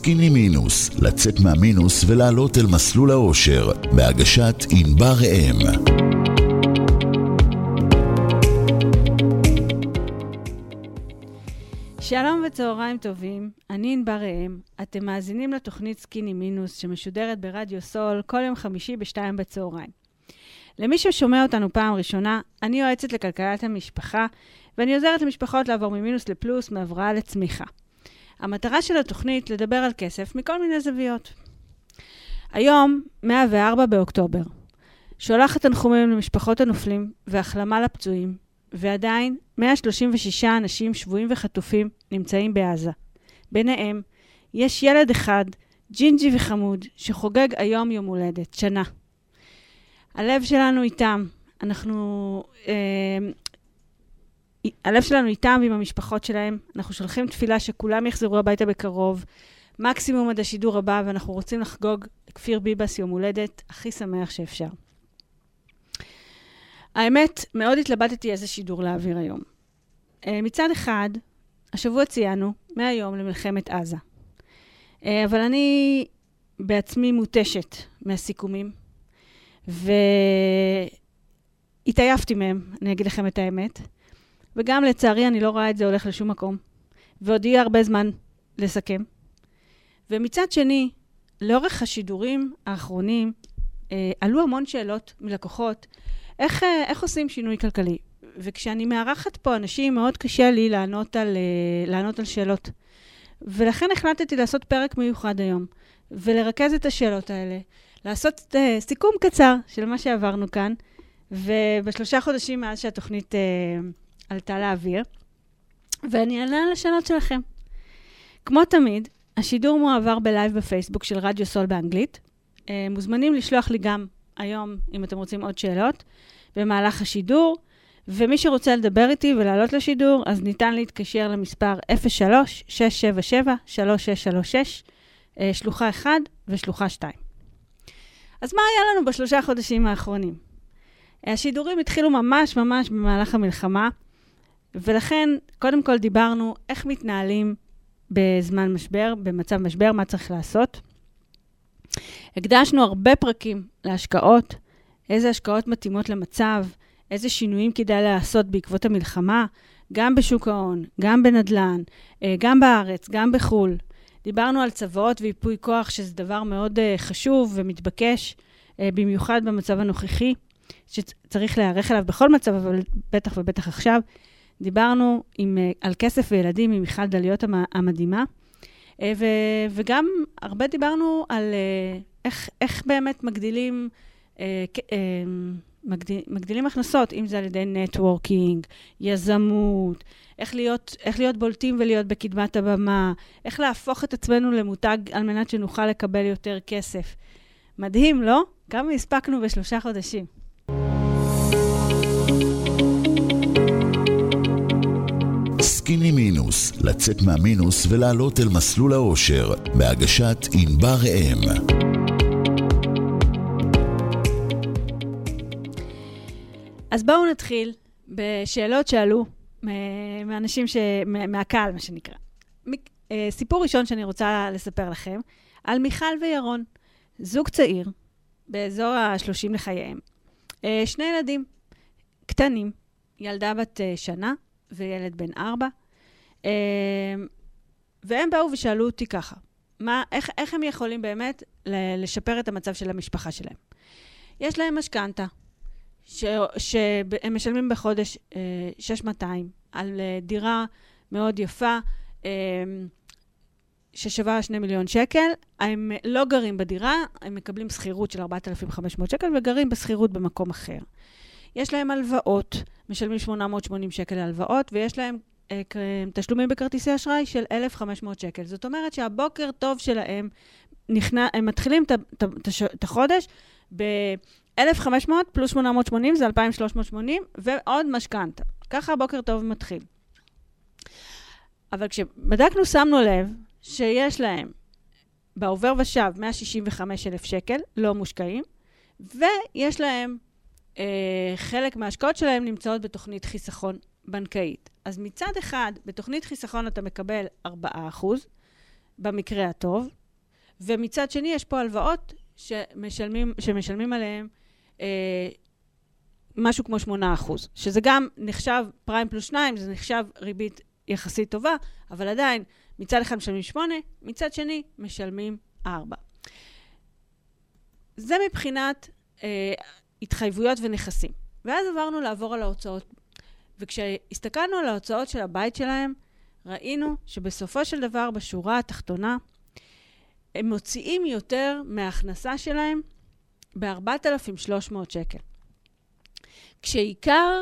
סקיני מינוס, לצאת מהמינוס ולעלות אל מסלול האושר, בהגשת ענבר ראם. שלום וצהריים טובים, אני ענבר ראם. אתם מאזינים לתוכנית סקיני מינוס שמשודרת ברדיו סול כל יום חמישי ב-2 בצהריים. למי ששומע אותנו פעם ראשונה, אני יועצת לכלכלת המשפחה, ואני עוזרת למשפחות לעבור ממינוס לפלוס, מהבראה לצמיחה. המטרה של התוכנית לדבר על כסף מכל מיני זוויות. היום, 104 באוקטובר. שולחת תנחומים למשפחות הנופלים והחלמה לפצועים, ועדיין 136 אנשים שבויים וחטופים נמצאים בעזה. ביניהם, יש ילד אחד, ג'ינג'י וחמוד, שחוגג היום יום הולדת, שנה. הלב שלנו איתם. הלב שלנו איתם ועם המשפחות שלהם. אנחנו שולחים תפילה שכולם יחזרו הביתה בקרוב, מקסימום עד השידור הבא, ואנחנו רוצים לחגוג כפיר ביבס יום הולדת הכי שמח שאפשר. האמת, מאוד התלבטתי איזה שידור להעביר היום. מצד אחד, השבוע ציינו 100 יום למלחמת עזה. אבל אני בעצמי מוטשת מהסיכומים, והתעייפתי מהם, אני אגיד לכם את האמת. וגם לצערי אני לא רואה את זה הולך לשום מקום. ועוד יהיה הרבה זמן לסכם. ומצד שני, לאורך השידורים האחרונים, עלו המון שאלות מלקוחות, איך עושים שינוי כלכלי? וכשאני מארחת פה אנשים, מאוד קשה לי לענות על שאלות. ולכן החלטתי לעשות פרק מיוחד היום, ולרכז את השאלות האלה, לעשות סיכום קצר של מה שעברנו כאן, ובשלושה חודשים מאז שהתוכנית עלתה לאוויר, ואני אענה על השאלות שלכם. כמו תמיד, השידור מועבר בלייב בפייסבוק של רדיו סול באנגלית. מוזמנים לשלוח לי גם היום, אם אתם רוצים עוד שאלות, במהלך השידור, ומי שרוצה לדבר איתי ולעלות לשידור, אז ניתן להתקשר למספר 03-677-3636, שלוחה 1 ושלוחה 2. אז מה היה לנו בשלושה חודשים האחרונים? השידורים התחילו ממש במהלך המלחמה, ולכן קודם כל דיברנו איך מתנהלים בזמן משבר, במצב משבר, מה צריך לעשות. הקדשנו הרבה פרקים להשקעות, איזה השקעות מתאימות למצב, איזה שינויים כדאי לעשות בעקבות המלחמה, גם בשוק ההון, גם בנדלן, גם בארץ, גם בחול. דיברנו על צוואות ויפוי כוח, שזה דבר מאוד חשוב ומתבקש, במיוחד במצב הנוכחי, שצריך להיערך אליו בכל מצב, אבל בטח ובטח עכשיו. דיברנו על כסף וילדים עם מיכל דליות המדהימה, וגם הרבה דיברנו על איך באמת מגדילים הכנסות, אם זה על ידי נטוורקינג, יזמות, איך להיות בולטים ולהיות בקדמת הבמה, איך להפוך את עצמנו למותג על מנת שנוכל לקבל יותר כסף. מדהים, לא? כמה הספקנו בשלושה חודשים. סקיני מינוס, לצאת מהמינוס ולעלות אל מסלול האושר, בהגשת ענבר ראם. אז בואו נתחיל בשאלות שעלו מאנשים מהקהל, מה שנקרא. סיפור ראשון שאני רוצה לספר לכם, על מיכל וירון, זוג צעיר, באזור ה-30 לחייהם. שני ילדים קטנים, ילדה בת שנה וילד בן 4, והם באו ושאלו אותי ככה, איך הם יכולים באמת לשפר את המצב של המשפחה שלהם? יש להם משכנתה, שהם משלמים בחודש 6,200 על דירה מאוד יפה, ששווה 2 מיליון שקל. הם לא גרים בדירה, הם מקבלים שכירות של 4,500 שקל, וגרים בשכירות במקום אחר. יש להם הלוואות, משלמים 880 שקל להלוואות, ויש להם תשלומים בכרטיסי אשראי של 1,500 שקל. זאת אומרת שהבוקר טוב שלהם, הם מתחילים את החודש ב-1,500 פלוס 880, זה 2,380, ועוד משכנתה. ככה הבוקר טוב מתחיל. אבל כשבדקנו, שמנו לב שיש להם בעובר ושב 165,000 שקל, לא מושקעים, ויש להם חלק מההשקעות שלהם נמצאות בתוכנית חיסכון בנקאית. אז מצד אחד, בתוכנית חיסכון אתה מקבל 4%, במקרה הטוב, ומצד שני יש פה הלוואות שמשלמים עליהם משהו כמו 8%, שזה גם נחשב פריים פלוס 2, זה נחשב ריבית יחסית טובה, אבל עדיין מצד אחד משלמים 8, מצד שני משלמים 4. זה מבחינת התחייבויות ונכסים. ואז עברנו לעבור על ההוצאות. וכשהסתכלנו על ההוצאות של הבית שלהם, ראינו שבסופו של דבר בשורה התחתונה, הם מוציאים יותר מההכנסה שלהם ב-4,300 שקל. כשעיקר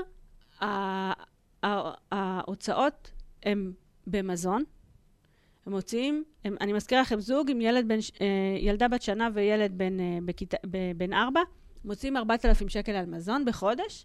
ההוצאות הם במזון, הם מוציאים, אני מזכירה לכם זוג עם ילדה בת שנה וילד בן 4, מוציאים 4,000 שקל על מזון בחודש,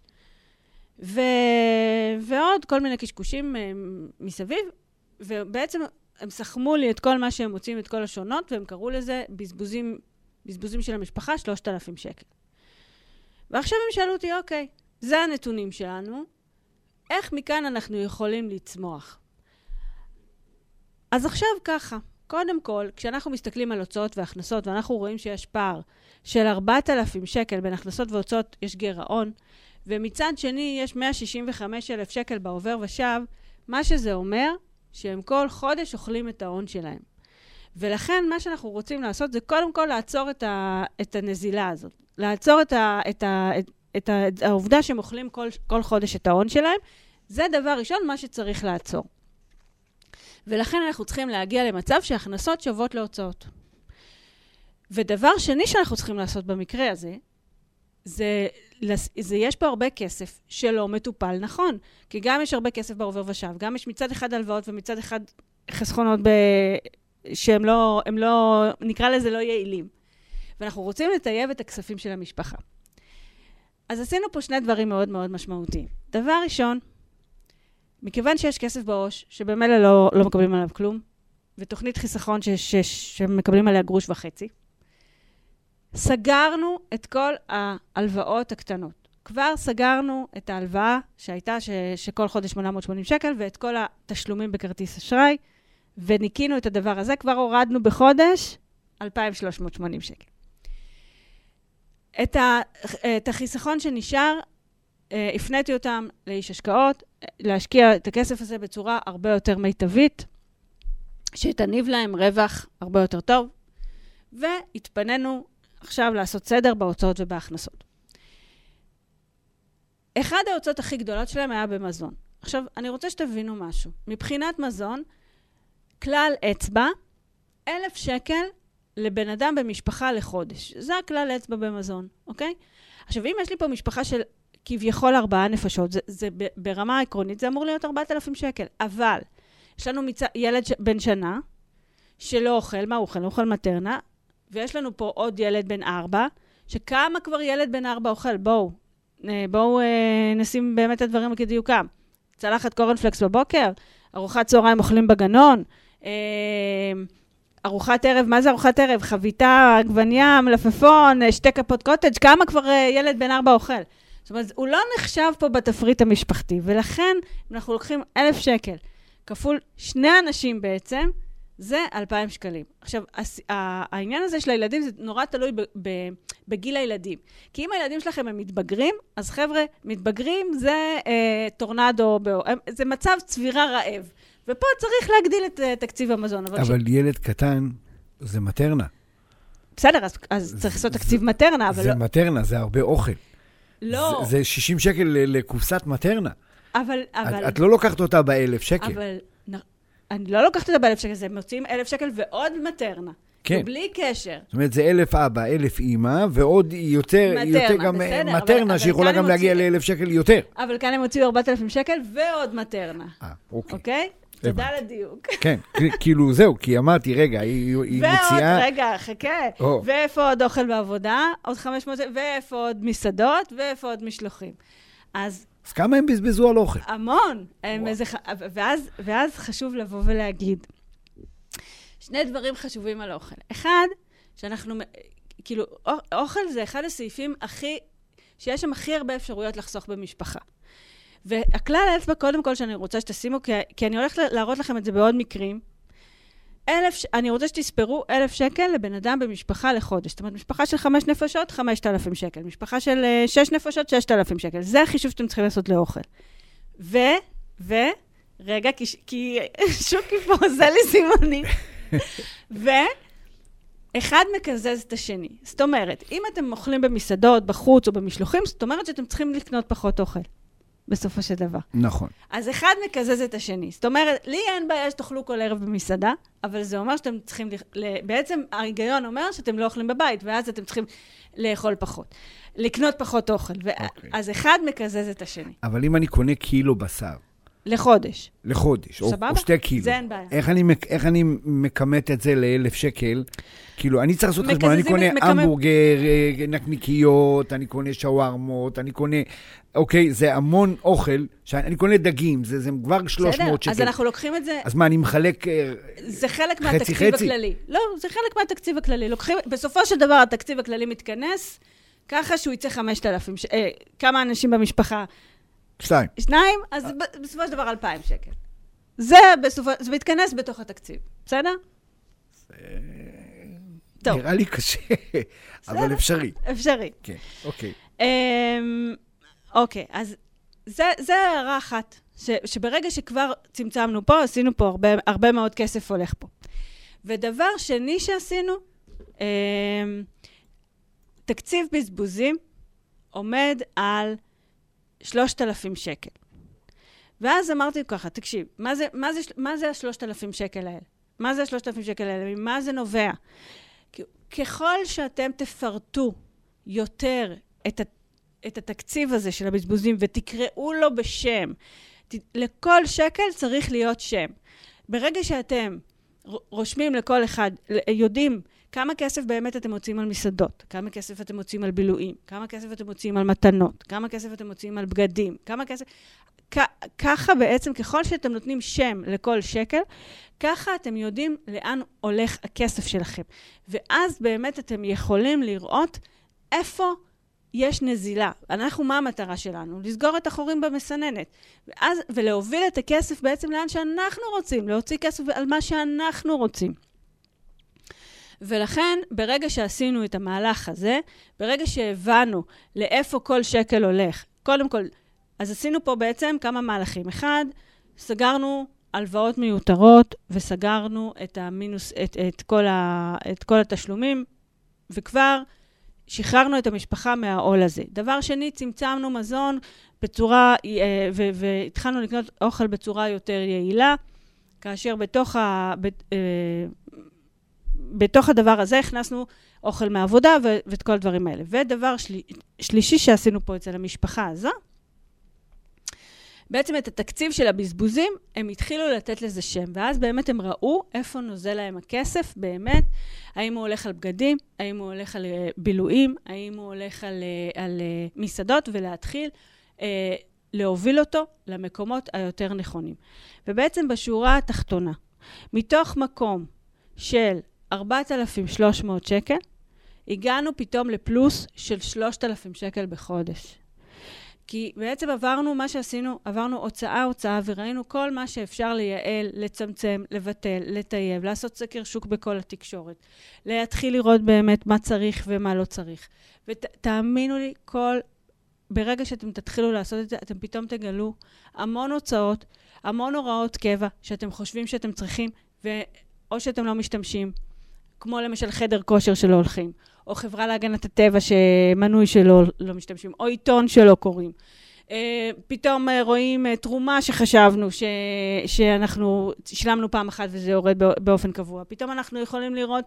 ועוד כל מיני קשקושים מסביב, ובעצם הם סכמו לי את כל מה שהם מוצאים, את כל השונות, והם קראו לזה בזבוזים של המשפחה, 3,000 שקל. ועכשיו הם שאלו אותי, אוקיי, זה הנתונים שלנו, איך מכאן אנחנו יכולים לצמוח? אז עכשיו ככה, קודם כל, כשאנחנו מסתכלים על הוצאות והכנסות, ואנחנו רואים שיש פער של 4,000 שקל בין הכנסות והוצאות, יש גירעון, ומצד שני יש 165,000 שקל בעובר ושב, מה שזה אומר, שהם כל חודש אוכלים את ההון שלהם. ולכן מה שאנחנו רוצים לעשות זה קודם כל לעצור את הנזילה הזאת. לעצור את העובדה שהם אוכלים כל חודש את ההון שלהם. זה דבר ראשון, מה שצריך לעצור. ולכן אנחנו צריכים להגיע למצב שהכנסות שוות להוצאות. ודבר שני שאנחנו צריכים לעשות במקרה הזה, זה יש פה הרבה כסף שלא מטופל נכון. כי גם יש הרבה כסף בעובר ושב, גם יש מצד אחד הלוואות ומצד אחד חסכונות שהם לא, נקרא לזה לא יעילים. ואנחנו רוצים לטייב את הכספים של המשפחה. אז עשינו פה שני דברים מאוד מאוד משמעותיים. דבר ראשון, מכיוון שיש כסף בעו"ש, שבאמת לא מקבלים עליו כלום, ותוכנית חיסכון שמקבלים עליה גרוש וחצי, סגרנו את כל ההלוואות הקטנות. כבר סגרנו את ההלוואה שהייתה שכל חודש 880 שקל, ואת כל התשלומים בכרטיס אשראי, וניקינו את הדבר הזה, כבר הורדנו בחודש 2,380 שקל. את החיסכון שנשאר, הפניתי אותם לאיש השקעות, להשקיע את הכסף הזה בצורה הרבה יותר מיטבית, שתניב להם רווח הרבה יותר טוב, והתפנינו עכשיו לעשות סדר בהוצאות ובהכנסות. אחד ההוצאות הכי גדולות שלהם היה במזון. עכשיו, אני רוצה שתבינו משהו. מבחינת מזון, כלל אצבע, 1,000 שקל לבן אדם במשפחה לחודש. זה הכלל אצבע במזון, אוקיי? עכשיו, אם יש לי פה משפחה של כביכול 4 נפשות, זה ברמה העקרונית, זה אמור להיות 4,000 שקל. אבל, יש לנו ילד בן שנה, שלא אוכל, מה הוא אוכל? הוא אוכל מטרנה, ויש לנו פה עוד ילד בן 4, שכמה כבר ילד בן 4 אוכל? בואו נשים באמת את הדברים כדיוקם. צלחת קורנפלקס בבוקר, ארוחת צהריים אוכלים בגנון, ארוחת ערב, מה זה ארוחת ערב? חביתה, עגבניה, מלפפון, 2 כפות קוטג', כמה כבר ילד בן 4 אוכל? זאת אומרת, הוא לא נחשב פה בתפריט המשפחתי, ולכן אנחנו לוקחים 1,000 שקל, כפול 2 אנשים בעצם, זה 2,000 שקלים. עכשיו, העניין הזה של הילדים זה נורא תלוי בגיל הילדים. כי אם הילדים שלכם הם מתבגרים, אז חבר'ה, מתבגרים זה טורנדו, זה מצב צבירה רעב. ופה צריך להגדיל את תקציב המזון. אבל ילד קטן זה מטרנה. בסדר, אז צריך לעשות תקציב מטרנה. זה מטרנה, זה הרבה אוכל. לא. זה 60 שקל לקופסת מטרנה. אבל את לא לוקחת אותה ב1,000 שקל. אבל אני לא לוקחת אותה ב1,000 שקל, זה מוציאים 1,000 שקל ועוד מטרנה. כן. בלי קשר. זאת אומרת, זה 1,000 אבא, 1,000 אמא, ועוד יותר גם מטרנה, שיכולה גם להגיע ל1,000 שקל יותר. אבל כאן הם הוציאו 4,000 שקל ועוד מטרנה. אוקיי. תודה לדיוק. כן, כאילו זהו, כי אמרתי, רגע, היא מציעה... ועוד, רגע, חכה. ואיפה עוד אוכל בעבודה? עוד 500, ואיפה עוד מסעדות, ואיפה עוד משלוחים. אז כמה הם בזבזו על אוכל? המון. ואז חשוב לבוא ולהגיד, 2 דברים חשובים על אוכל. אחד, שאנחנו, כאילו, אוכל זה אחד הסעיפים שיש שם הכי הרבה אפשרויות לחסוך במשפחה. והכלל האצבע, קודם כל, שאני רוצה שתשימו, כי אני הולכת להראות לכם את זה בעוד מקרים, אני רוצה שתספרו 1,000 שקל לבן אדם במשפחה לחודש. זאת אומרת, משפחה של 5 נפשות, 5,000 שקל. משפחה של 6 נפשות, 6,000 שקל. זה החישוב שאתם צריכים לעשות לאוכל. רגע, כי שוקי פה עושה לי סימונים. אחד מקזז את השני. זאת אומרת, אם אתם אוכלים במסעדות, בחוץ או במשלוחים, זאת אומרת שאתם צריכים לקנות פחות אוכל. בסופו של דבר. נכון. אז אחד מקזז את השני. זאת אומרת, לי אין בעיה שתאכלו כל ערב במסעדה, אבל זה אומר שאתם צריכים, בעצם ההיגיון אומר שאתם לא אוכלים בבית, ואז אתם צריכים לאכול פחות. לקנות פחות אוכל. אז אחד מקזז את השני. אבל אם אני קונה קילו בשר. לחודש. לחודש, או 2 קילו. זה אין בעיה. איך אני מקמת את זה ל1,000 שקל? כאילו, אני צריך לעשות חשבון, אני קונה המבורגר, נקניקיות, אני קונה שווארמות, אני קונה, אוקיי, זה המון אוכל, אני קונה דגים, זה כבר 300 שקל. אז אנחנו לוקחים את זה... אז מה, אני מחלק זה חלק מהתקציב הכללי. לא, זה חלק מהתקציב הכללי. בסופו של דבר, התקציב הכללי מתכנס, ככה שהוא יצא 5,000, כמה אנשים במשפחה? 2, אז בסופו של דבר 2,000 שקל. זה מתכנס בתוך התקציב. בסדר? נראה לי קשה, אבל אפשרי. אפשרי. כן, אוקיי. אוקיי, אז זה הערה אחת, שברגע שכבר צמצמנו פה, עשינו פה הרבה מאוד כסף הולך פה. ודבר שני שעשינו, תקציב בזבוזים עומד על 3,000 שקל. ואז אמרתי ככה, תקשיב, מה זה 3,000 שקל האלה? מה זה 3,000 שקל האלה? ממה זה נובע? ככל שאתם תפרטו יותר את התקציב הזה של הבזבוזים ותקראו לו בשם, לכל שקל צריך להיות שם. ברגע שאתם רושמים לכל אחד, יודעים כמה כסף באמת אתם מוצאים על מסעדות, כמה כסף אתם מוצאים על בילויים, כמה כסף אתם מוצאים על מתנות, כמה כסף אתם מוצאים על בגדים, כמה כסף... ככה בעצם, ככל שאתם נותנים שם לכל שקל, ככה אתם יודעים לאן הולך הכסף שלכם. ואז באמת אתם יכולים לראות איפה יש נזילה. מה המטרה שלנו? לסגור את החורים במסננת. ולהוביל את הכסף בעצם לאן שאנחנו רוצים, להוציא כסף על מה שאנחנו רוצים. ולכן, ברגע שעשינו את המהלך הזה, ברגע שהבנו לאיפה כל שקל הולך, קודם כל, אז עשינו פה בעצם כמה מהלכים. אחד, סגרנו הלוואות מיותרות, וסגרנו את המינוס, את כל התשלומים, וכבר שחררנו את המשפחה מהעול הזה. דבר שני, צמצמנו מזון בצורה, והתחלנו לקנות אוכל בצורה יותר יעילה, כאשר בתוך הדבר הזה הכנסנו אוכל מעבודה ואת כל הדברים האלה. ודבר שלישי שעשינו פה אצל המשפחה הזו, בעצם את התקציב של הבזבוזים, הם התחילו לתת לזה שם, ואז באמת הם ראו איפה נוזל להם הכסף, באמת, האם הוא הולך על בגדים, האם הוא הולך על בילויים, האם הוא הולך על מסעדות, ולהתחיל להוביל אותו למקומות היותר נכונים. ובעצם בשורה התחתונה, מתוך מקום של 4,300 שקל, הגענו פתאום לפלוס של 3,000 שקל בחודש. כי בעצם עברנו מה שעשינו, עברנו הוצאה, וראינו כל מה שאפשר לייעל, לצמצם, לבטל, לטייב, לעשות סקר שוק בכל התקשורת, להתחיל לראות באמת מה צריך ומה לא צריך. ותאמינו לי, ברגע שאתם תתחילו לעשות את זה, אתם פתאום תגלו המון הוצאות, המון הוראות קבע שאתם חושבים שאתם צריכים, או שאתם לא משתמשים, כמו למשל חדר כושר שלא הולכים, או חברה להגנת הטבע שמנוי שלא לא משתמשים, או עיתון שלא קוראים. פתאום רואים תרומה שחשבנו שאנחנו שלמנו פעם אחת וזה יורד באופן קבוע. פתאום אנחנו יכולים לראות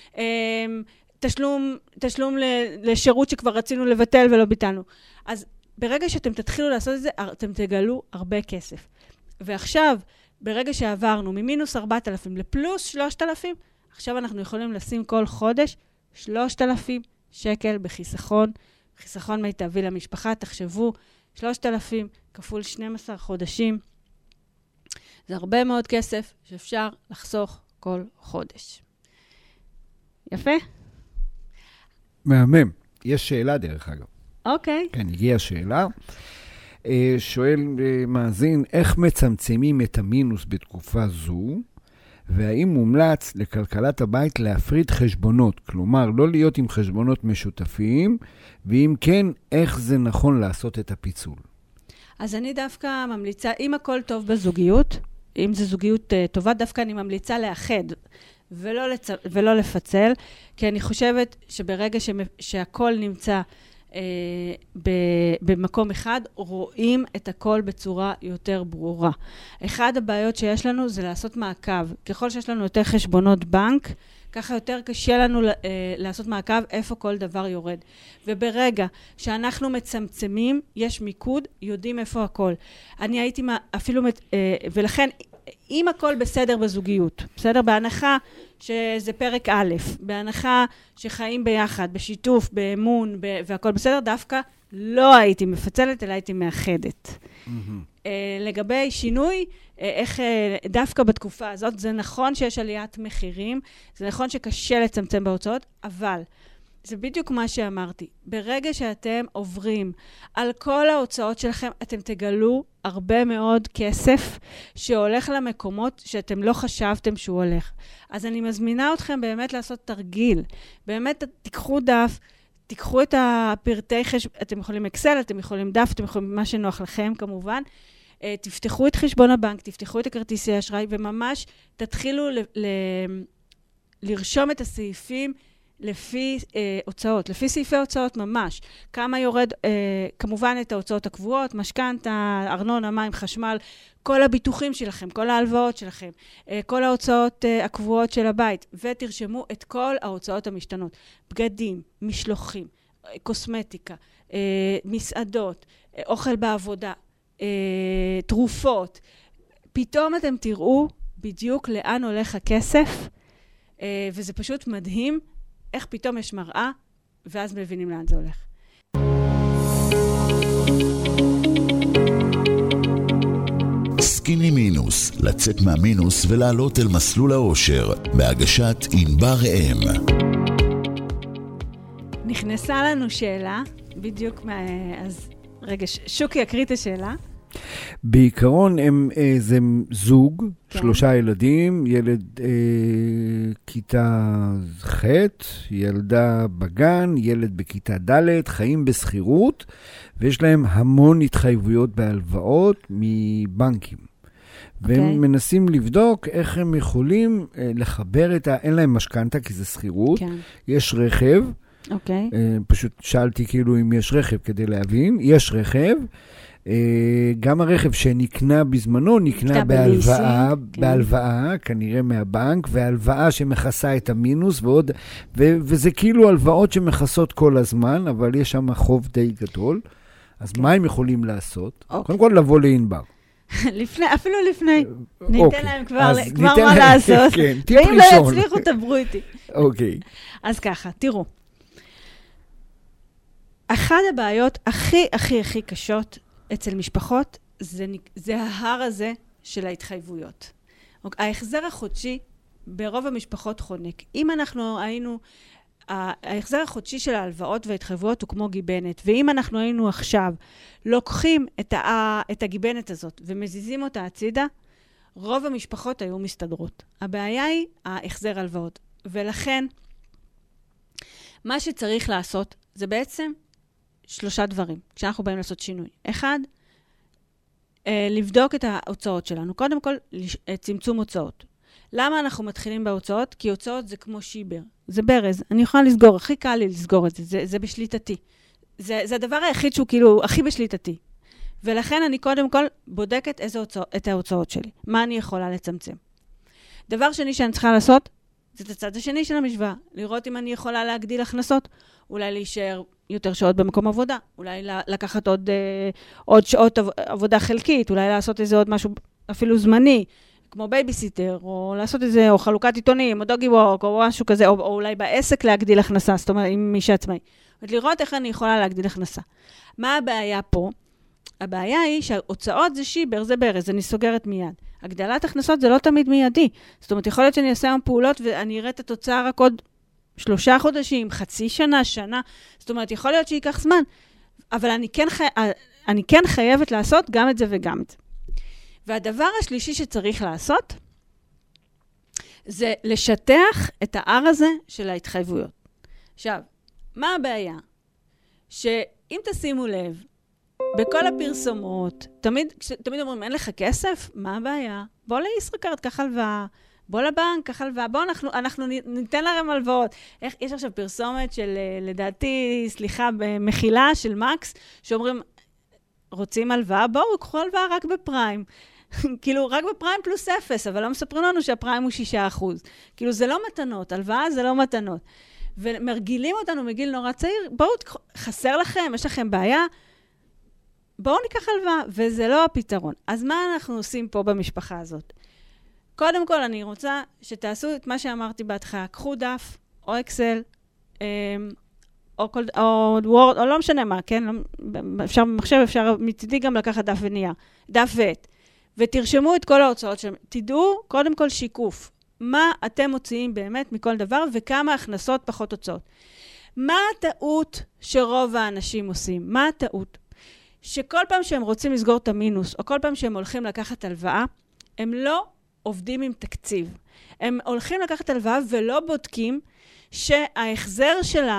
תשלום לשירות שכבר רצינו לבטל ולא ביטלנו. אז ברגע שאתם תתחילו לעשות את זה, אתם תגלו הרבה כסף. ועכשיו, ברגע שעברנו ממינוס 4,000 לפלוס 3,000, עכשיו אנחנו יכולים לשים כל חודש 3,000 שקל בחיסכון, חיסכון מיטבי למשפחה. תחשבו, 3,000 כפול 12 חודשים. זה הרבה מאוד כסף שאפשר לחסוך כל חודש. יפה? מהמם. יש שאלה דרך אגב. אוקיי. כן, הגיעה שאלה. שואל מאזין, איך מצמצמים את המינוס בתקופה זו, והאם מומלץ לכלכלת הבית להפריד חשבונות, כלומר לא להיות עם חשבונות משותפים, ואם כן, איך זה נכון לעשות את הפיצול? אז אני דווקא ממליצה, אם הכל טוב בזוגיות, אם זו זוגיות טובה, דווקא אני ממליצה לאחד ולא לפצל, כי אני חושבת שברגע שהכל נמצא במקום אחד, רואים את הכל בצורה יותר ברורה. אחד הבעיות שיש לנו זה לעשות מעקב. ככל שיש לנו יותר חשבונות בנק, ככה יותר קשה לנו לעשות מעקב איפה כל דבר יורד. וברגע שאנחנו מצמצמים, יש מיקוד, יודעים איפה הכל. אני הייתי אפילו, ולכן, אם הכל בסדר בזוגיות, בסדר? בהנחה שזה פרק א', בהנחה שחיים ביחד, בשיתוף, באמון, והכל בסדר, דווקא לא הייתי מפצלת, אלא הייתי מאחדת. לגבי שינוי, איך דווקא בתקופה הזאת, זה נכון שיש עליית מחירים, זה נכון שקשה לצמצם בהוצאות, אבל זה בדיוק מה שאמרתי. ברגע שאתם עוברים על כל ההוצאות שלכם, אתם תגלו הרבה מאוד כסף שהולך למקומות שאתם לא חשבתם שהוא הולך. אז אני מזמינה אתכם באמת לעשות תרגיל. באמת תיקחו דף, תיקחו את הפרטי חשבון, אתם יכולים אקסל, אתם יכולים דף, אתם יכולים מה שנוח לכם כמובן. תפתחו את חשבון הבנק, תפתחו את הכרטיסי אשראי, וממש תתחילו לרשום את הסעיפים לפי הוצאות, לפי סעיפי הוצאות ממש. כמה יורד, כמובן את ההוצאות הקבועות, משכנתא, ארנונה, מים, חשמל, כל הביטוחים שלכם, כל ההלוואות שלכם, כל ההוצאות הקבועות של הבית, ותרשמו את כל ההוצאות המשתנות. בגדים, משלוחים, קוסמטיקה, מסעדות, אוכל בעבודה, תרופות. פתאום אתם תראו בדיוק לאן הולך הכסף, וזה פשוט מדהים איך פתאום יש מראה, ואז מבינים לאן זה הולך. סקיני מינוס, לצאת מהמינוס ולעלות אל מסלול האושר, בהגשת ענבר ראם. נכנסה לנו שאלה, בדיוק אז רגע, שוקי יקריא את השאלה. בעיקרון זה זוג, כן. 3 ילדים, ילד כיתה ח', ילדה בגן, ילד בכיתה ד', חיים בסחירות, ויש להם המון התחייבויות בהלוואות מבנקים. והם מנסים לבדוק איך הם יכולים לחבר אין להם משכנתא, כי זה סחירות, כן. יש רכב, פשוט שאלתי כאילו אם יש רכב כדי להבין, יש רכב, גם הרכב שנקנה בזמנו, נקנה בהלוואה, כנראה מהבנק, והלוואה שמכסה את המינוס, וזה כאילו הלוואות שמכסות כל הזמן, אבל יש שם חוב די גדול. אז מה הם יכולים לעשות? קודם כל לבוא לענבר. אפילו לפני. ניתן להם כבר מה לעשות. ואם לא יצליחו, תברו איתי. אוקיי. אז ככה, תראו. אחת הבעיות הכי קשות אצל משפחות, זה ההר הזה של ההתחייבויות. ההחזר החודשי ברוב המשפחות חונק. אם אנחנו היינו, ההחזר החודשי של ההלוואות וההתחייבויות הוא כמו גיבנת, ואם אנחנו היינו עכשיו לוקחים את הגיבנת הזאת ומזיזים אותה הצידה, רוב המשפחות היו מסתדרות. הבעיה היא ההחזר הלוואות. ולכן, מה שצריך לעשות זה בעצם 3 דברים, כשאנחנו באים לעשות שינוי. 1, לבדוק את ההוצאות שלנו. קודם כל, צמצום הוצאות. למה אנחנו מתחילים בהוצאות? כי הוצאות זה כמו שיבר. זה ברז. אני יכולה לסגור, הכי קל לי לסגור את זה. זה בשליטתי. זה הדבר היחיד שהוא כאילו הכי בשליטתי. ולכן אני קודם כל בודקת את ההוצאות שלי. מה אני יכולה לצמצם? דבר שני שאני צריכה לעשות, זה את הצד השני של המשוואה. לראות אם אני יכולה להגדיל הכנסות. אולי להישאר יותר שעות במקום עבודה. אולי לקחת עוד שעות עבודה חלקית. אולי לעשות איזה עוד משהו אפילו זמני. כמו בייביסיטר, או לעשות איזה, או חלוקת עיתונים, או דוגי ווק, או משהו כזה, או אולי בעסק להגדיל הכנסה. זאת אומרת, עם מי שעצמאי. לראות איך אני יכולה להגדיל הכנסה. מה הבעיה פה? הבעיה היא שההוצאות זה שיבר, זה ברז, אני סוגרת מיד. הגדלת הכנסות זה לא תמיד מיידי. זאת אומרת, יכול להיות שאני אעשה היום פעולות ואני אראה את התוצאה רק עוד 3 חודשים, חצי שנה, שנה. זאת אומרת, יכול להיות שייקח זמן, אבל אני כן חייבת לעשות גם את זה וגם את זה. והדבר השלישי שצריך לעשות, זה לשטח את ההר הזה של ההתחייבויות. עכשיו, מה הבעיה? שאם תשימו לב, בכל הפרסומות, תמיד אומרים, אין לך כסף? מה הבעיה? בוא לישראכרט, קח הלוואה. בוא לבנק, קח הלוואה. בוא, אנחנו ניתן להם הלוואות. יש עכשיו פרסומת של, לדעתי, במחילה של מקס, שאומרים, רוצים הלוואה? בואו, קחו הלוואה רק בפריים. כאילו, רק בפריים פלוס 0, אבל לא מספרים לנו שהפריים הוא 6%. כאילו, זה לא מתנות, הלוואה זה לא מתנות. ומרגילים אותנו מגיל נורא צעיר, בואו, חסר לכם, יש לכם בעיה, בואו ניקח הלוואה, וזה לא הפתרון. אז מה אנחנו עושים פה במשפחה הזאת? קודם כל, אני רוצה שתעשו את מה שאמרתי בהתחלה, קחו דף, או אקסל, או וורד, או לא משנה מה, כן? אפשר במחשב, אפשר מצידי גם לקחת דף ונייר, דף ועט, ותרשמו את כל ההוצאות שלהם. תדעו, קודם כל, שיקוף. מה אתם מוציאים באמת מכל דבר, וכמה הכנסות פחות הוצאות. מה הטעות שרוב האנשים עושים? מה הטעות? שכל פעם שהם רוצים לסגור את המינוס, או כל פעם שהם הולכים לקחת הלוואה, הם לא עובדים עם תקציב. הם הולכים לקחת הלוואה ולא בודקים שההחזר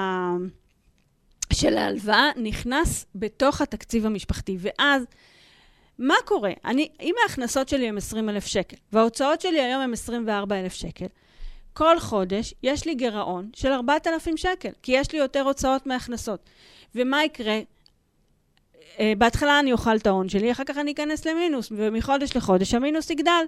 של ההלוואה נכנס בתוך התקציב המשפחתי. ואז, מה קורה? אם ההכנסות שלי הם 20,000 שקל, וההוצאות שלי היום הם 24,000 שקל, כל חודש יש לי גירעון של 4,000 שקל, כי יש לי יותר הוצאות מהכנסות. ומה יקרה? בהתחלה אני אוכל את ההון שלי, אחר כך אני אכנס למינוס, ומחודש לחודש המינוס יגדל.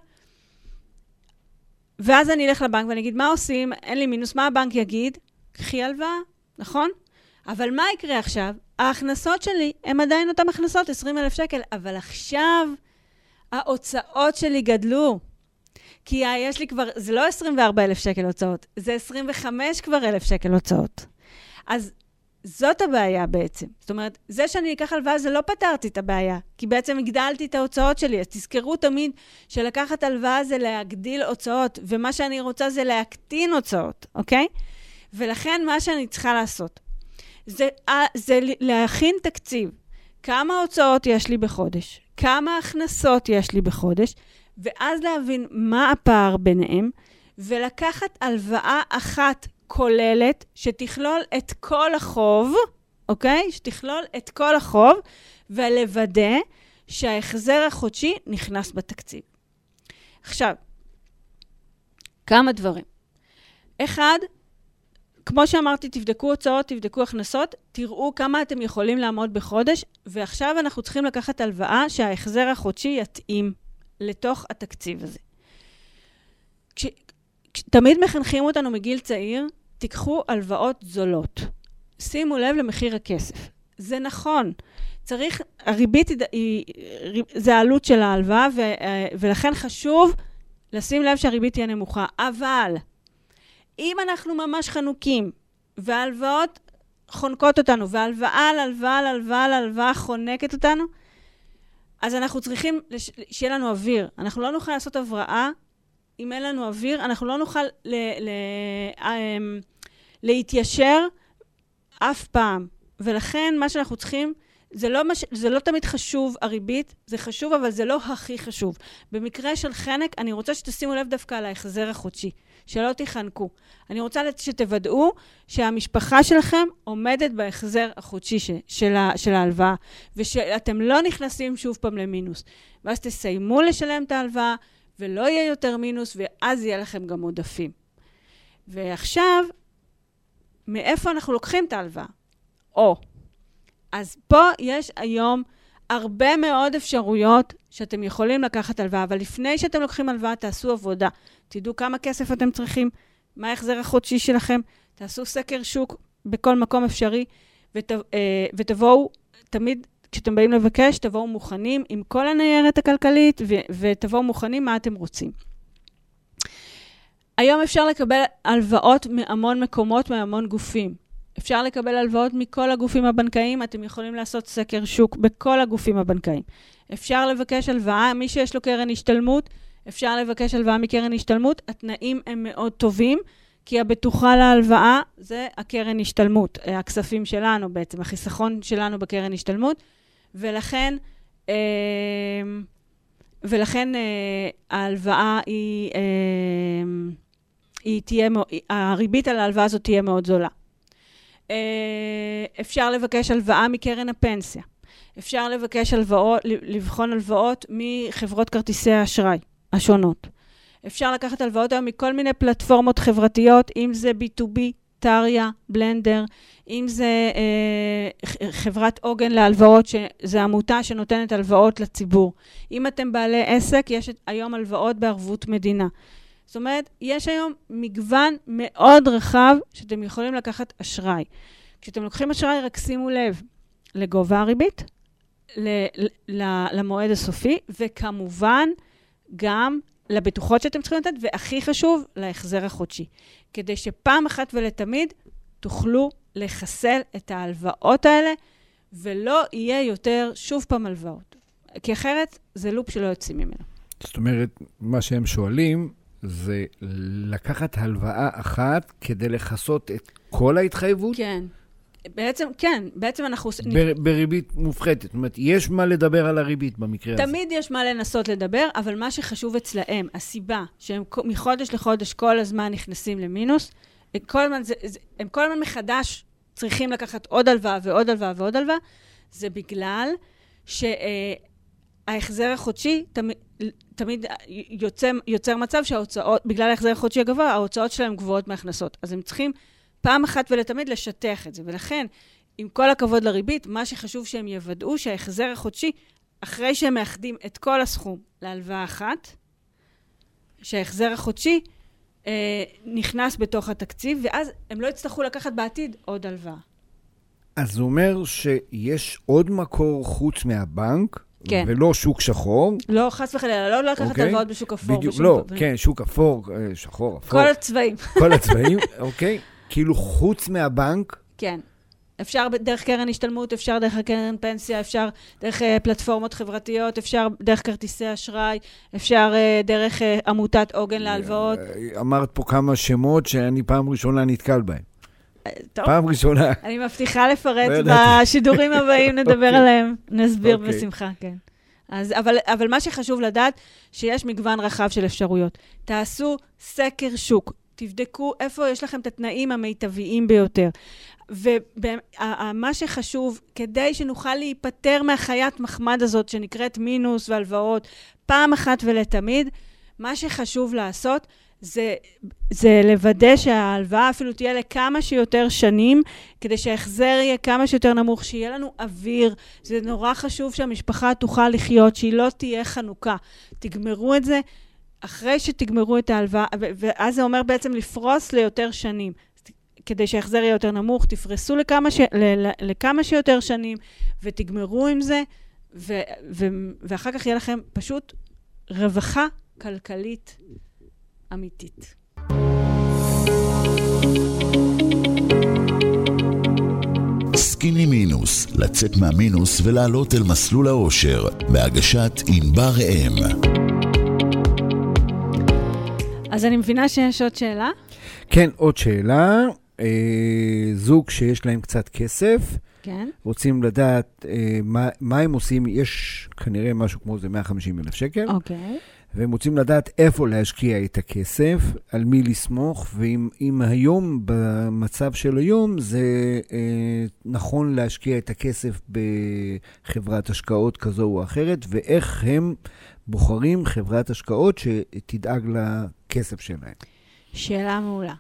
ואז אני אלך לבנק ואני אגיד, מה עושים? אין לי מינוס, מה הבנק יגיד? קחי הלוואה, נכון? אבל מה יקרה עכשיו? ההכנסות שלי הם עדיין אותם הכנסות, 20,000 שקל, אבל עכשיו ההוצאות שלי גדלו. כי יש לי כבר, זה לא 24,000 שקל הוצאות, זה 25 כבר 1,000 שקל הוצאות. אז זאת הבעיה בעצם. זאת אומרת, זה שאני אקח הלוואה, זה לא פתרתי את הבעיה, כי בעצם הגדלתי את ההוצאות שלי. אז תזכרו תמיד שלקחת הלוואה זה להגדיל הוצאות, ומה שאני רוצה זה להקטין הוצאות, אוקיי? ולכן מה שאני צריכה לעשות, זה להכין תקציב. כמה הוצאות יש לי בחודש, כמה הכנסות יש לי בחודש, ואז להבין מה הפער ביניהם, ולקחת הלוואה אחת כוללת, שתכלול את כל החוב, אוקיי? שתכלול את כל החוב, ולוודא שההחזר החודשי נכנס בתקציב. עכשיו, כמה דברים. אחד, כמו שאמרתי, תבדקו הוצאות, תבדקו הכנסות, תראו כמה אתם יכולים לעמוד בחודש, ועכשיו אנחנו צריכים לקחת הלוואה שההחזר החודשי יתאים לתוך התקציב הזה. תמיד מחנכים אותנו מגיל צעיר, תיקחו הלוואות זולות. שימו לב למחיר הכסף. זה נכון. צריך, הריבית זה העלות של ההלוואה, ולכן חשוב לשים לב שהריבית תהיה נמוכה. אבל, אם אנחנו ממש חנוקים, וההלוואות חונקות אותנו, וההלוואה על הלוואה על הלוואה על הלוואה חונקת אותנו, אז אנחנו צריכים שיהיה לנו אוויר. אנחנו לא נוכל לעשות הבראה, אם אין לנו אוויר, אנחנו לא נוכל להתיישר אף פעם. ולכן מה שאנחנו צריכים, זה לא תמיד חשוב הריבית, זה חשוב, אבל זה לא הכי חשוב. במקרה של חנק, אני רוצה שתשימו לב דווקא על ההחזר החודשי, שלא תיחנקו. אני רוצה שתוודאו שהמשפחה שלכם עומדת בהחזר החודשי של ההלוואה, ושאתם לא נכנסים שוב פעם למינוס. ואז תסיימו לשלם את ההלוואה, ולא יהיה יותר מינוס, ואז יהיה לכם גם עודפים. ועכשיו, מאיפה אנחנו לוקחים את ההלוואה? אז פה יש היום הרבה מאוד אפשרויות שאתם יכולים לקחת הלוואה, אבל לפני שאתם לוקחים הלוואה, תעשו עבודה. תדעו כמה כסף אתם צריכים, מה ההחזר החודשי שלכם, תעשו סקר שוק בכל מקום אפשרי, ותבואו תמיד, כשאתם באים לבקש, תבואו מוכנים עם כל הניירת הכלכלית, ותבואו מוכנים מה אתם רוצים. היום אפשר לקבל הלוואות מהמון מקומות, מהמון גופים. אפשר לקבל הלוואות מכל הגופים הבנקאיים, אתם יכולים לעשות סקר שוק בכל הגופים הבנקאיים. אפשר לבקש הלוואה, מי שיש לו קרן השתלמות, אפשר לבקש הלוואה מקרן השתלמות, התנאים הם מאוד טובים, כי הבטוחה להלוואה זה הקרן השתלמות, הכספים שלנו בעצם, החיסכון שלנו בקרן השתלמות, ולכן ההלוואה היא הריבית על ההלוואה הזאת תהיה מאוד זולה. אפשר לבקש הלוואה מקרן הפנסיה. אפשר לבקש לבחון הלוואות מחברות כרטיסי האשראי השונות. אפשר לקחת הלוואות היום מכל מיני פלטפורמות חברתיות, אם זה B2B, טריה, בלנדר, אם זה חברת עוגן להלוואות, שזה עמותה שנותנת הלוואות לציבור. אם אתם בעלי עסק, יש היום הלוואות בערבות מדינה. זאת אומרת, יש היום מגוון מאוד רחב שאתם יכולים לקחת אשראי. כשאתם לוקחים אשראי, רק שימו לב לגובה הריבית, למועד הסופי, וכמובן גם לבטוחות שאתם צריכים לתת, והכי חשוב, להחזר החודשי. כדי שפעם אחת ולתמיד תוכלו לחסל את ההלוואות האלה, ולא יהיה יותר שוב פעם הלוואות. כי אחרת זה לופ שלא יוצאים ממנו. זאת אומרת, מה שהם שואלים, זה לקחת הלוואה אחת כדי לחסות את כל ההתחייבות? כן. בעצם אנחנו... בריבית מופחתת. זאת אומרת, יש מה לדבר על הריבית במקרה הזה. תמיד יש מה לנסות לדבר, אבל מה שחשוב אצלהם, הסיבה שהם מחודש לחודש כל הזמן נכנסים למינוס, הם כל הזמן מחדש צריכים לקחת עוד הלוואה ועוד הלוואה ועוד הלוואה, זה בגלל שההחזר החודשי תמיד יוצר מצב שההוצאות, בגלל ההחזר החודשי הגבוה, ההוצאות שלהם גבוהות מהכנסות. אז הם צריכים פעם אחת ולתמיד לשטח את זה. ולכן, עם כל הכבוד לריבית, מה שחשוב שהם יוודאו שההחזר החודשי, אחרי שהם מאחדים את כל הסכום להלוואה אחת, שההחזר החודשי נכנס בתוך התקציב, ואז הם לא יצטרכו לקחת בעתיד עוד הלוואה. אז זה אומר שיש עוד מקור חוץ מהבנק, כן. ולא שוק שחור. לא, חס וחלילה, לא לקחת הלוואות בשוק אפור. בדיוק, לא, כן, שוק אפור, שחור, אפור. כל הצבעים. כל הצבעים, אוקיי. כאילו חוץ מהבנק. כן. אפשר דרך קרן השתלמות, אפשר דרך קרן פנסיה, אפשר דרך פלטפורמות חברתיות, אפשר דרך כרטיסי אשראי, אפשר דרך עמותת עוגן להלוואות. אמרת פה כמה שמות שאני פעם ראשונה נתקל בהם. טוב. פעם ראשונה. אני מבטיחה לפרט בשידורים הבאים, נדבר עליהם, נסביר בשמחה, כן. אבל מה שחשוב לדעת, שיש מגוון רחב של אפשרויות. תעשו סקר שוק, תבדקו איפה יש לכם את התנאים המיטביים ביותר. ומה שחשוב, כדי שנוכל להיפטר מהחיית מחמד הזאת שנקראת מינוס והלוואות, פעם אחת ולתמיד, מה שחשוב לעשות זה לוודא שההלוואה אפילו תהיה לכמה שיותר שנים, כדי שההחזר יהיה כמה שיותר נמוך, שיהיה לנו אוויר. זה נורא חשוב שהמשפחה תוכל לחיות, שהיא לא תהיה חנוכה. תגמרו את זה אחרי שתגמרו את ההלוואה, ואז זה אומר בעצם לפרוס ליותר שנים. כדי שההחזר יהיה יותר נמוך, תפרסו לכמה שיותר שנים, ותגמרו עם זה, ואחר כך יהיה לכם פשוט רווחה כלכלית אמיתית. סקיני מינוס, לצאת מהמינוס ולעלות אל מסלול האושר, בהגשת ענבר ראם. אז אני מבינה שיש עוד שאלה? כן, עוד שאלה. זוג שיש להם קצת כסף, כן. רוצים לדעת מה הם עושים, יש כנראה משהו כמו זה 150,000 שקל, אוקיי. והם רוצים לדעת איפה להשקיע את הכסף, על מי לסמוך, ואם היום, במצב של היום, זה נכון להשקיע את הכסף בחברת השקעות כזו או אחרת, ואיך הם בוחרים חברת השקעות שתדאג לכסף שלהם. שאלה מעולה.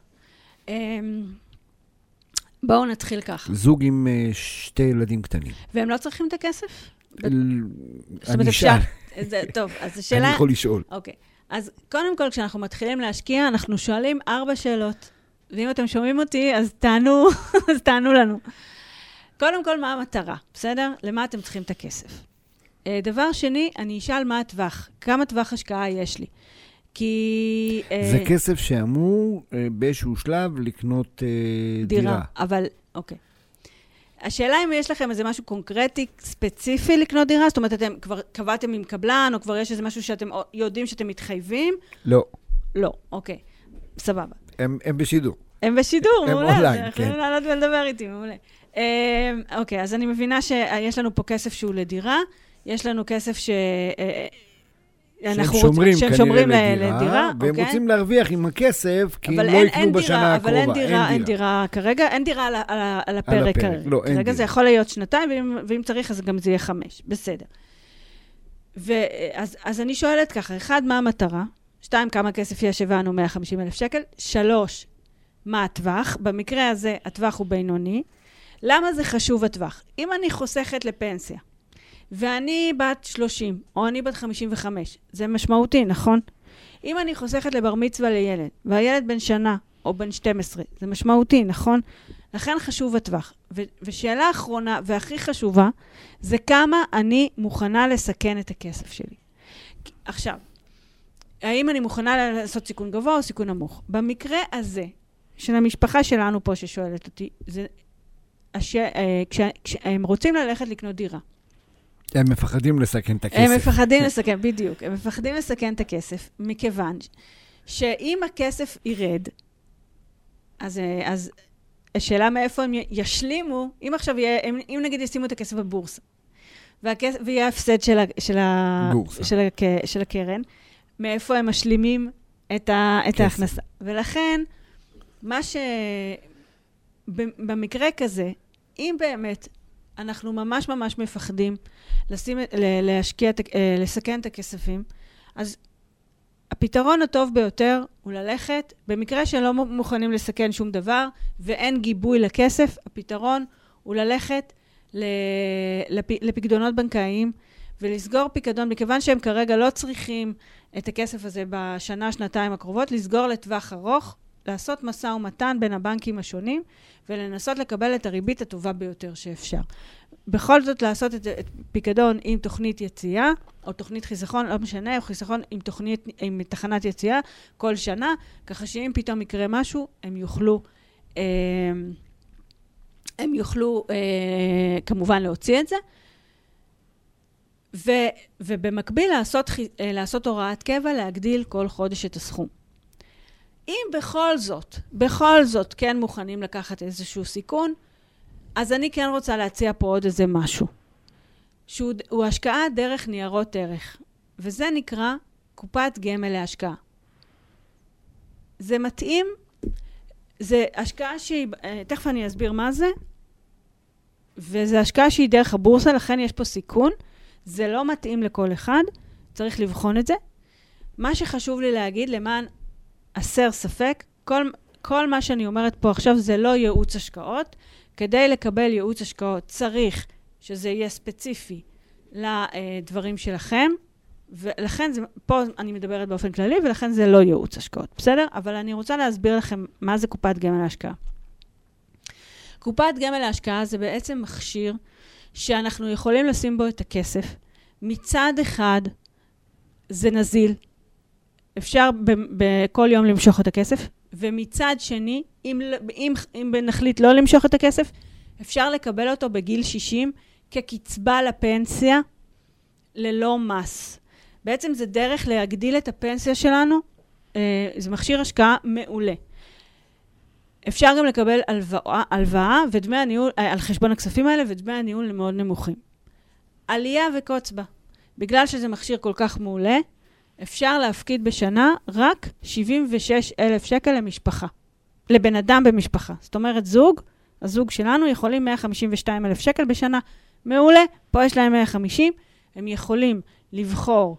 בואו נתחיל ככה. זוג עם 2 ילדים קטנים. והם לא צריכים את הכסף? אני אשאל. טוב, אז השאלה... אני יכול לשאול. אוקיי. אז קודם כל, כשאנחנו מתחילים להשקיע, אנחנו שואלים 4 שאלות. ואם אתם שומעים אותי, אז תענו לנו. קודם כל, מה המטרה? בסדר? למה אתם צריכים את הכסף? דבר שני, אני אשאל מה הטווח. כמה טווח השקעה יש לי? כי... זה כסף שאמור באיזשהו שלב לקנות דירה. אבל, אוקיי. השאלה אם יש לכם איזה משהו קונקרטי, ספציפי לקנות דירה? זאת אומרת, אתם כבר קבעתם עם קבלן, או כבר יש איזה משהו שאתם יודעים שאתם מתחייבים? לא. לא, אוקיי. סבבה. הם בשידור. הם בשידור, מעולה. הם אונליין, כן. יכולים לעלות ולדבר איתי, מעולה. אוקיי, אז אני מבינה שיש לנו פה כסף שהוא לדירה, יש לנו כסף שהם שומרים לדירה, והם רוצים להרוויח עם הכסף, כי הם לא יקנו בשנה הקרובה. אבל אין דירה כרגע, אין דירה על הפרק כרגע. כרגע זה יכול להיות 2, ואם צריך, אז גם זה יהיה 5. בסדר. אז אני שואלת ככה, 1, מה המטרה? 2, כמה כסף יש הבאנו 150,000 שקל? 3, מה הטווח? במקרה הזה, הטווח הוא בינוני. למה זה חשוב הטווח? אם אני חוסכת לפנסיה, ואני בת 30, או אני בת 55, זה משמעותי, נכון? אם אני חוסכת לבר מצווה לילד, והילד בן שנה, או בן 12, זה משמעותי, נכון? לכן חשוב הטווח. ושאלה אחרונה, והכי חשובה, זה כמה אני מוכנה לסכן את הכסף שלי. עכשיו, האם אני מוכנה לעשות סיכון גבוה או סיכון נמוך? במקרה הזה, של המשפחה שלנו פה ששואלת אותי, זה כשהם רוצים ללכת לקנות דירה. הם מפחדים לסכן את הכסף. הם מפחדים לסכן, בדיוק. הם מפחדים לסכן את הכסף, מכיוון שאם הכסף ירד, אז השאלה מאיפה הם ישלימו, אם עכשיו אם נגיד ישימו את הכסף בבורסה, ויהיה הפסד של הקרן, מאיפה הם משלימים את ההכנסה. ולכן, במקרה כזה, אם באמת אנחנו ממש ממש מפחדים לסכן את הכספים, אז הפתרון הטוב ביותר הוא ללכת, במקרה שלא מוכנים לסכן שום דבר, ואין גיבוי לכסף, הפתרון הוא ללכת לפקדונות בנקאיים, ולסגור פיקדון, מכיוון שהם כרגע לא צריכים את הכסף הזה בשנה, שנתיים הקרובות, לסגור לטווח ארוך, לעשות משא ומתן בין הבנקים השונים, ולנסות לקבל את הריבית הטובה ביותר שאפשר. בכל זאת לעשות את פיקדון עם תוכנית יציאה, או תוכנית חיסכון, לא משנה, או חיסכון עם תחנת יציאה כל שנה, ככה שאם פתאום יקרה משהו, הם יוכלו כמובן להוציא את זה, ובמקביל לעשות הוראת קבע, להגדיל כל חודש את הסכום. אם בכל זאת כן מוכנים לקחת איזשהו סיכון, אז אני כן רוצה להציע פה עוד איזה משהו, שהוא השקעה דרך ניירות ערך, וזה נקרא קופת גמל להשקעה. זה מתאים, זה השקעה שהיא, תכף אני אסביר מה זה, וזה השקעה שהיא דרך הבורסה, לכן יש פה סיכון, זה לא מתאים לכל אחד, צריך לבחון את זה. מה שחשוב לי להגיד, למען הסר ספק, כל מה שאני אומרת פה עכשיו זה לא ייעוץ השקעות. כדי לקבל ייעוץ השקעות צריך שזה יהיה ספציפי לדברים שלכם, ולכן פה אני מדברת באופן כללי, ולכן זה לא ייעוץ השקעות, בסדר? אבל אני רוצה להסביר לכם מה זה קופת גמל להשקעה. קופת גמל להשקעה זה בעצם מכשיר שאנחנו יכולים לשים בו את הכסף. מצד אחד זה נזיל, אפשר בכל יום למשוך את הכסף, ומצד שני, אם נחליט לא למשוך את הכסף, אפשר לקבל אותו בגיל 60 כקצבה לפנסיה ללא מס. בעצם זה דרך להגדיל את הפנסיה שלנו, זה מכשיר השקעה מעולה. אפשר גם לקבל הלוואה ודמי הניהול, על חשבון הכספים האלה, ודמי הניהול מאוד נמוכים. עלייה וקוץ בה. בגלל שזה מכשיר כל כך מעולה, אפשר להפקיד בשנה רק 76,000 שקל למשפחה. לבן אדם במשפחה. זאת אומרת, הזוג שלנו יכולים 152,000 שקל בשנה. מעולה, פה יש להם 150. הם יכולים לבחור,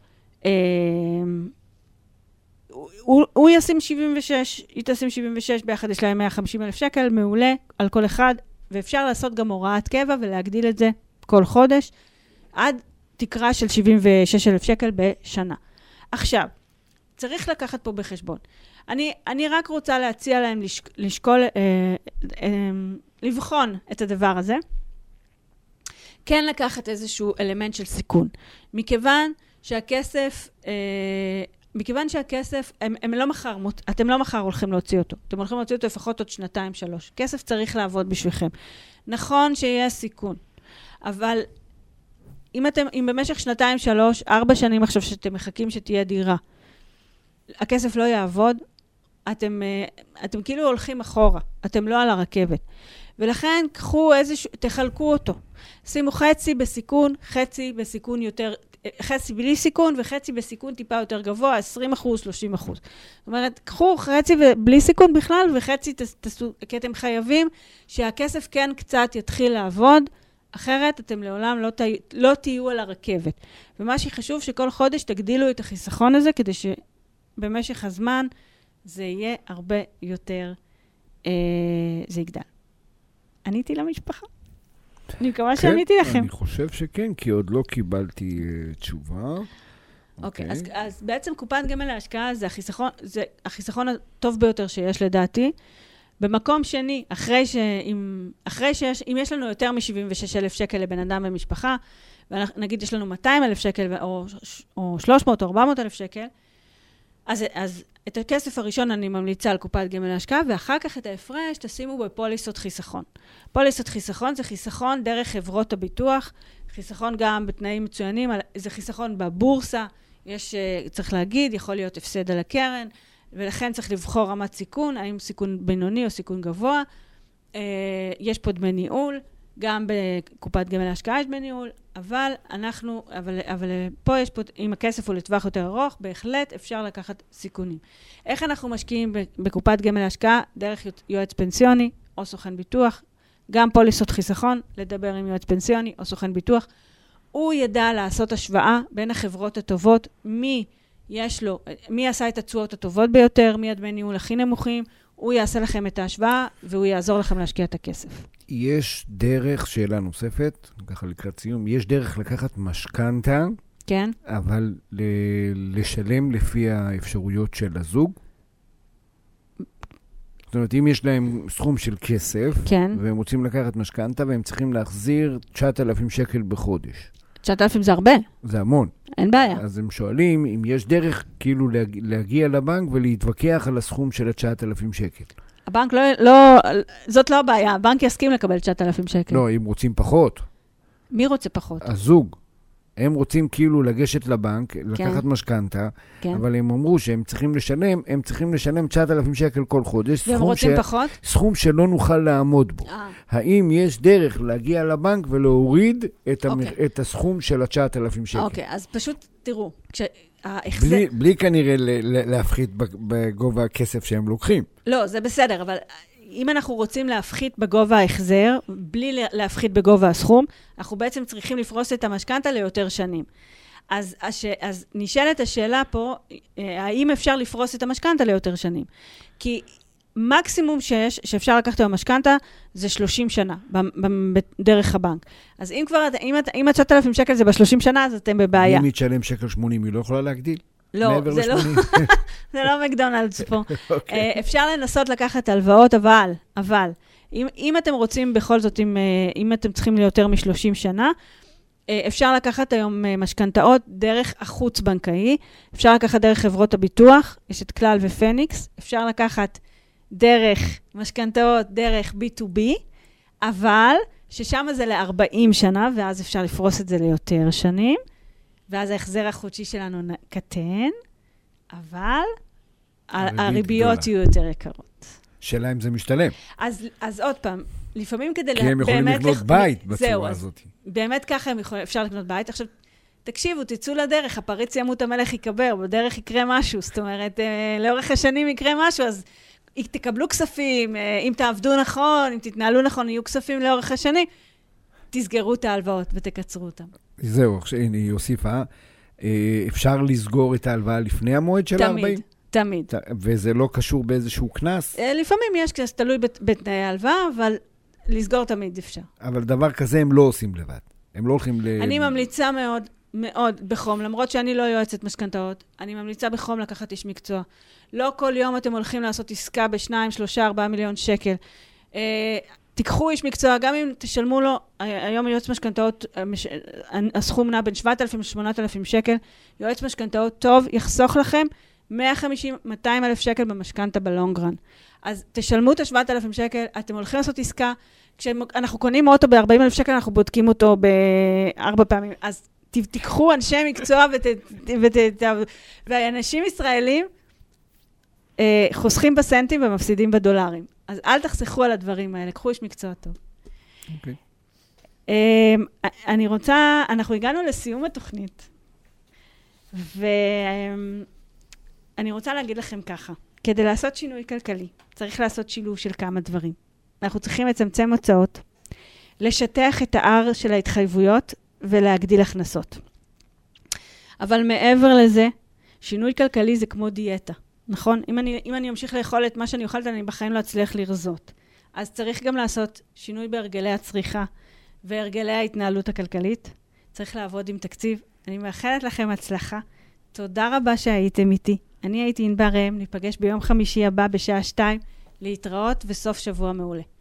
הוא ישים 76, היא תשים 76, ביחד יש להם 150,000 שקל, מעולה על כל אחד, ואפשר לעשות גם הוראת קבע ולהגדיל את זה כל חודש, עד תקרה של 76,000 שקל בשנה. עכשיו, צריך לקחת פה בחשבון. אני רק רוצה להציע להם לשקול, לבחון את הדבר הזה, כן לקחת איזשהו אלמנט של סיכון. מכיוון שהכסף, אתם לא מחר הולכים להוציא אותו. אתם הולכים להוציא אותו לפחות עוד 2-3. כסף צריך לעבוד בשבילכם. נכון שיהיה סיכון, אבל אם במשך 2-3, 4 שנים עכשיו שאתם מחכים שתהיה דירה, הכסף לא יעבוד, אתם כאילו הולכים אחורה, אתם לא על הרכבת. ולכן תחלקו אותו. שימו חצי בסיכון יותר חצי בלי סיכון וחצי בסיכון טיפה יותר גבוה, 20%, 30%. זאת אומרת, קחו חצי בלי סיכון בכלל, וחצי תעשו, כי אתם חייבים שהכסף כן קצת יתחיל לעבוד, אחרת אתם לעולם לא תהיו על הרכבת. ומה שחשוב שכל חודש תגדילו את החיסכון הזה, כדי שבמשך הזמן זה יהיה הרבה יותר, זה יגדל. עניתי למשפחה? אני מקווה שעניתי לכם. אני חושב שכן, כי עוד לא קיבלתי תשובה. אוקיי, אז בעצם קופת גמל להשקעה זה החיסכון הטוב ביותר שיש לדעתי. במקום שני, אם יש לנו יותר מ-76,000 שקל לבן אדם במשפחה, ונגיד יש לנו 200,000 שקל, או 300 או 400,000 שקל, אז את הכסף הראשון אני ממליצה על קופת גמל להשקעה, ואחר כך את ההפרש תשימו בפוליסות חיסכון. פוליסות חיסכון זה חיסכון דרך חברות הביטוח, חיסכון גם בתנאים מצוינים, זה חיסכון בבורסה, צריך להגיד, יכול להיות הפסד על הקרן, ולכן צריך לבחור רמת סיכון, האם סיכון בינוני או סיכון גבוה. יש פה דמי ניהול, גם בקופת גמל להשקעה יש דמי ניהול, אבל פה יש פה, אם הכסף הוא לטווח יותר ארוך, בהחלט אפשר לקחת סיכונים. איך אנחנו משקיעים בקופת גמל להשקעה? דרך יועץ פנסיוני או סוכן ביטוח, גם פוליסות חיסכון, לדבר עם יועץ פנסיוני או סוכן ביטוח. הוא ידע לעשות השוואה בין החברות הטובות, מי עשה את התשואות הטובות ביותר, מי הדמי ניהול הכי נמוכים, הוא יעשה לכם את ההשוואה, והוא יעזור לכם להשקיע את הכסף. יש דרך, שאלה נוספת, ככה לקראת סיום, יש דרך לקחת משכנתה, כן. אבל לשלם לפי האפשרויות של הזוג. זאת אומרת, אם יש להם סכום של כסף, כן. והם רוצים לקחת משכנתה, והם צריכים להחזיר 9,000 שקל בחודש. 9,000 זה הרבה. זה המון. אין בעיה. אז הם שואלים אם יש דרך כאילו להגיע לבנק ולהתווכח על הסכום של 9,000 שקל. הבנק זאת לא הבעיה, הבנק יסכים לקבל 9,000 שקל. לא, אם רוצים פחות. מי רוצה פחות? הזוג. הם רוצים כאילו לגשת לבנק, לקחת משכנתה, אבל הם אמרו שהם צריכים לשלם 9,000 שקל כל חודש. והם רוצים פחות? סכום שלא נוכל לעמוד בו. האם יש דרך להגיע לבנק ולהוריד את הסכום של 9,000 שקל? אוקיי, אז פשוט תראו, בלי כנראה להפחית בגובה הכסף שהם לוקחים. לא, זה בסדר, אבל אם אנחנו רוצים להפחית בגובה ההחזר, בלי להפחית בגובה הסכום, אנחנו בעצם צריכים לפרוס את המשכנתה ליותר שנים. אז נשאלת השאלה פה, האם אפשר לפרוס את המשכנתה ליותר שנים? כי מקסימום שאפשר לקחת במשכנתה זה 30 שנה, דרך הבנק. אז אם 9,000 שקל זה ב-30 שנה, אז אתם בבעיה. אם היא תשלם שקל 80, היא לא יכולה להגדיל? לא, זה לא מקדונלדס פה. אפשר לנסות לקחת הלוואות, אבל אם אתם רוצים בכל זאת, אם אתם צריכים ליותר מ-30 שנה, אפשר לקחת היום משכנתאות דרך החוץ בנקאי, אפשר לקחת דרך חברות הביטוח, יש את כלל ופניקס, אפשר לקחת דרך משכנתאות, דרך B2B, אבל ששם זה ל-40 שנה, ואז אפשר לפרוס את זה ליותר שנים, ואז ההחזר החודשי שלנו קטן, אבל הריביות יהיו יותר יקרות. שאלה אם זה משתלם. אז עוד פעם, לפעמים כדי כי הם יכולים לקנות בית בצורה הזאת. באמת ככה אפשר לקנות בית. עכשיו, תקשיבו, תצאו לדרך, הפריץ ימות המלך יקבר, בדרך יקרה משהו, זאת אומרת, לאורך השנים יקרה משהו, אז תקבלו כספים, אם תעבדו נכון, אם תתנהלו נכון, יהיו כספים לאורך השנים, תסגרו את ההלוואות ותקצרו אותם. זהו, הנה היא הוסיפה, אפשר לסגור את ההלוואה לפני המועד של 40? תמיד. וזה לא קשור באיזשהו כנס? לפעמים יש כנס, תלוי בתנאי ההלוואה, אבל לסגור תמיד אפשר. אבל דבר כזה הם לא עושים לבד. הם לא הולכים אני ממליצה מאוד, מאוד בחום, למרות שאני לא יועצת משכנתאות, אני ממליצה בחום לקחת איש מקצוע. לא כל יום אתם הולכים לעשות עסקה ב2, 3, 4 מיליון שקל. תיקחו איש מקצוע, גם אם תשלמו לו, היום יועץ משכנתאות, הסכום נע בין 7,000 ל-8,000 שקל, יועץ משכנתאות טוב, יחסוך לכם 150-200 אלף שקל במשכנתה בלונגרן. אז תשלמו את ה-7,000 שקל, אתם הולכים לעשות עסקה, כשאנחנו קונים אוטו ב-40,000 שקל, אנחנו בודקים אותו ב4 פעמים. אז תיקחו אנשי מקצוע ואנשים ישראלים חוסכים בסנטים ומפסידים בדולרים. אז אל תחסכו על הדברים האלה, קחו איש מקצוע טוב. אוקיי. אני רוצה, אנחנו הגענו לסיום התוכנית. ואני רוצה להגיד לכם ככה, כדי לעשות שינוי כלכלי, צריך לעשות שילוב של כמה דברים. אנחנו צריכים לצמצם הוצאות, לשטח את הער של ההתחייבויות ולהגדיל הכנסות. אבל מעבר לזה, שינוי כלכלי זה כמו דיאטה, נכון? אם אני אמשיך לאכול את מה שאני אוכלת, אני בחיים לא אצליח לרזות. אז צריך גם לעשות שינוי בהרגלי הצריכה והרגלי ההתנהלות הכלכלית. צריך לעבוד עם תקציב. אני מאחלת לכם הצלחה. תודה רבה שהייתם איתי. אני הייתי ענבר ראם, ניפגש ביום חמישי הבא בשעה 2, להתראות וסוף שבוע מעולה.